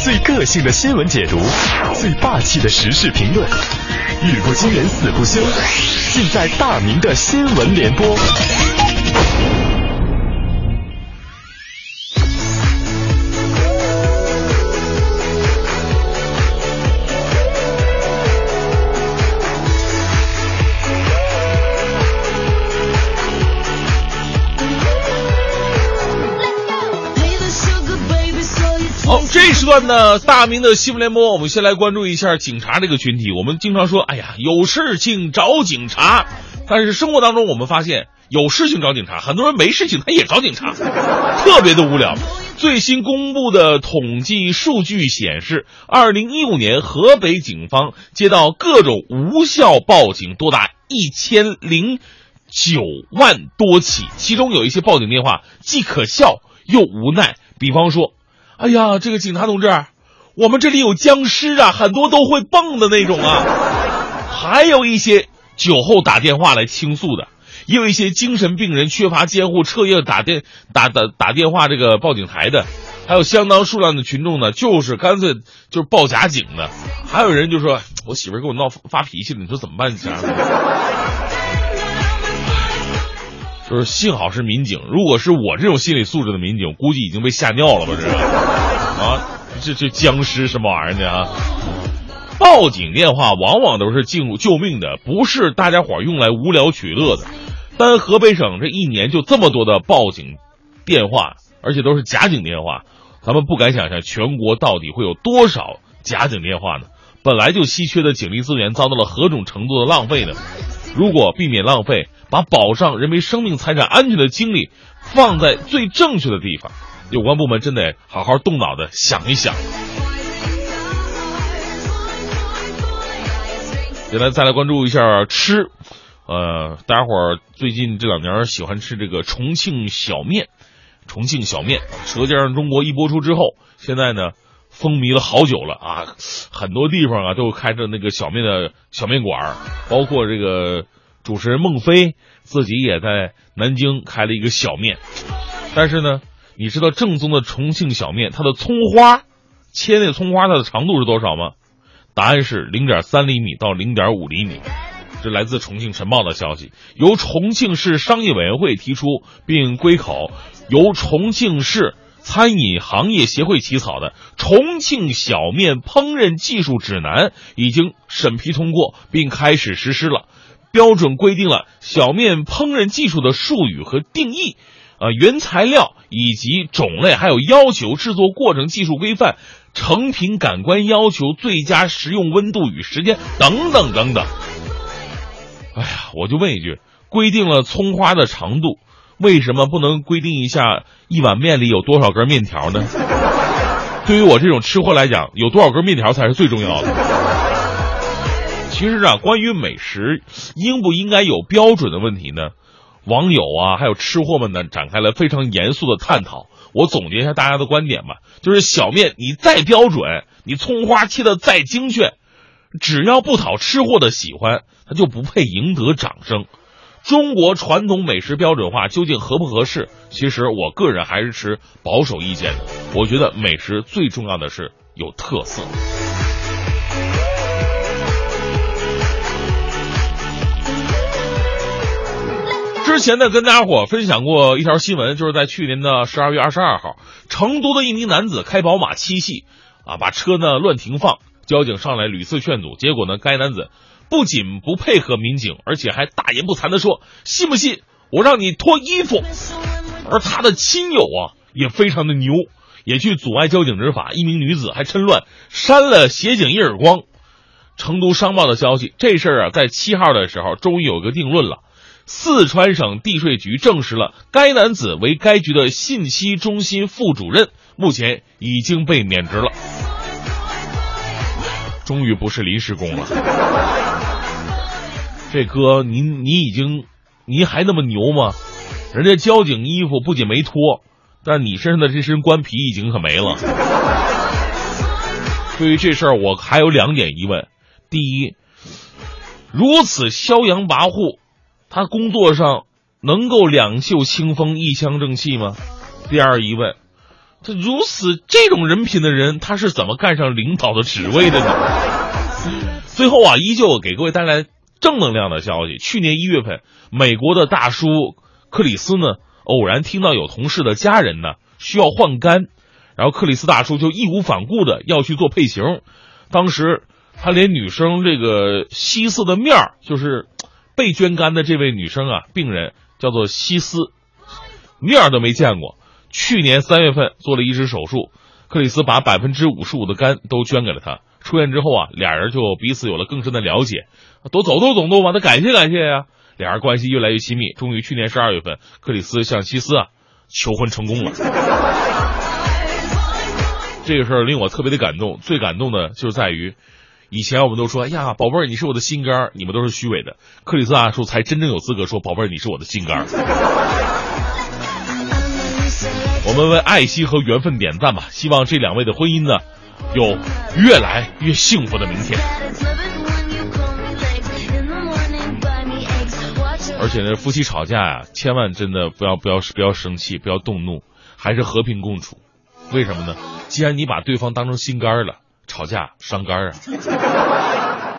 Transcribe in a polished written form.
最个性的新闻解读，最霸气的时事评论，语不惊人死不休，尽在大明的新闻联播。 好，这一时段呢，大明的新闻联播，我们先来关注一下警察这个群体。我们经常说，哎呀，有事情找警察，但是生活当中我们发现，有事情找警察，很多人没事情他也找警察，特别的无聊。最新公布的统计数据显示，2015年河北警方接到各种无效报警多达1009万多起，其中有一些报警电话既可笑又无奈，比方说，哎呀，这个警察同志，我们这里有僵尸啊，很多都会蹦的那种啊。还有一些酒后打电话来倾诉的，也有一些精神病人缺乏监护彻夜打电话这个报警台的，还有相当数量的群众呢，就是干脆就是报假警的。还有人就说，我媳妇给我闹发脾气了，你说怎么办？就是幸好是民警，如果是我这种心理素质的民警，估计已经被吓尿了吧？这僵尸什么玩意儿呢啊？报警电话往往都是救命的，不是大家伙用来无聊取乐的。但河北省这一年就这么多的报警电话，而且都是假警电话，咱们不敢想象全国到底会有多少假警电话呢？本来就稀缺的警力资源遭到了何种程度的浪费呢？如果避免浪费，把保障人民生命财产安全的精力放在最正确的地方，有关部门真得好好动脑的想一想。再来关注一下吃，大家伙儿最近这2年喜欢吃这个重庆小面。舌尖上中国一播出之后，现在呢风靡了好久了啊，很多地方啊都开着那个小面馆，包括这个主持人孟非自己也在南京开了一个小面。但是呢，你知道正宗的重庆小面它的葱花，切那个葱花它的长度是多少吗？答案是0.3厘米到0.5厘米。这来自重庆晨报的消息，由重庆市商业委员会提出并归口，由重庆市餐饮行业协会起草的《重庆小面烹饪技术指南》已经审批通过并开始实施了。标准规定了小面烹饪技术的术语和定义，原材料以及种类，还有要求、制作过程、技术规范、成品感官要求、最佳食用温度与时间等等等等。哎呀，我就问一句，规定了葱花的长度，为什么不能规定一下一碗面里有多少根面条呢？对于我这种吃货来讲，有多少根面条才是最重要的。其实啊，关于美食应不应该有标准的问题呢，网友啊还有吃货们呢展开了非常严肃的探讨。我总结一下大家的观点吧，就是小面你再标准，你葱花切得再精确，只要不讨吃货的喜欢，它就不配赢得掌声。中国传统美食标准化究竟合不合适？其实我个人还是持保守意见的。我觉得美食最重要的是有特色。之前呢，跟大家伙分享过一条新闻，就是在去年的12月22号，成都的一名男子开宝马七系把车呢乱停放，交警上来屡次劝阻，结果呢，该男子不仅不配合民警，而且还大言不惭地说，信不信我让你脱衣服。而他的亲友也非常的牛，也去阻碍交警执法，一名女子还趁乱扇了协警一耳光。成都商报的消息，这事儿在7号的时候终于有个定论了。四川省地税局证实了该男子为该局的信息中心副主任，目前已经被免职了。终于不是临时工了。这哥，你还那么牛吗？人家交警衣服不仅没脱，但你身上的这身官皮已经可没了。对于这事儿，我还有2点疑问。第一，如此嚣扬跋扈，他工作上能够两袖清风一腔正气吗？第二疑问， 这种人品的人，他是怎么干上领导的职位的呢？最后啊，依旧给各位带来正能量的消息。去年1月份，美国的大叔克里斯呢，偶然听到有同事的家人呢需要换肝，然后克里斯大叔就义无反顾的要去做配型。当时他连女生这个西斯的面儿，就是被捐肝的这位女生啊，病人叫做西斯，面儿都没见过。去年3月份做了一只手术，克里斯把55%的肝都捐给了他。出院之后啊，俩人就彼此有了更深的了解，多走动吧，得感谢感谢呀。俩人关系越来越亲密，终于去年12月份，克里斯向西斯啊求婚成功了。这个事儿令我特别的感动，最感动的就是在于，以前我们都说，哎呀，宝贝儿，你是我的心肝，你们都是虚伪的。克里斯大叔才真正有资格说，宝贝儿，你是我的心肝。我们为爱惜和缘分点赞吧，希望这两位的婚姻呢，有越来越幸福的明天。而且呢，夫妻吵架呀，千万真的不要生气，不要动怒，还是和平共处。为什么呢？既然你把对方当成心肝了，吵架伤肝啊。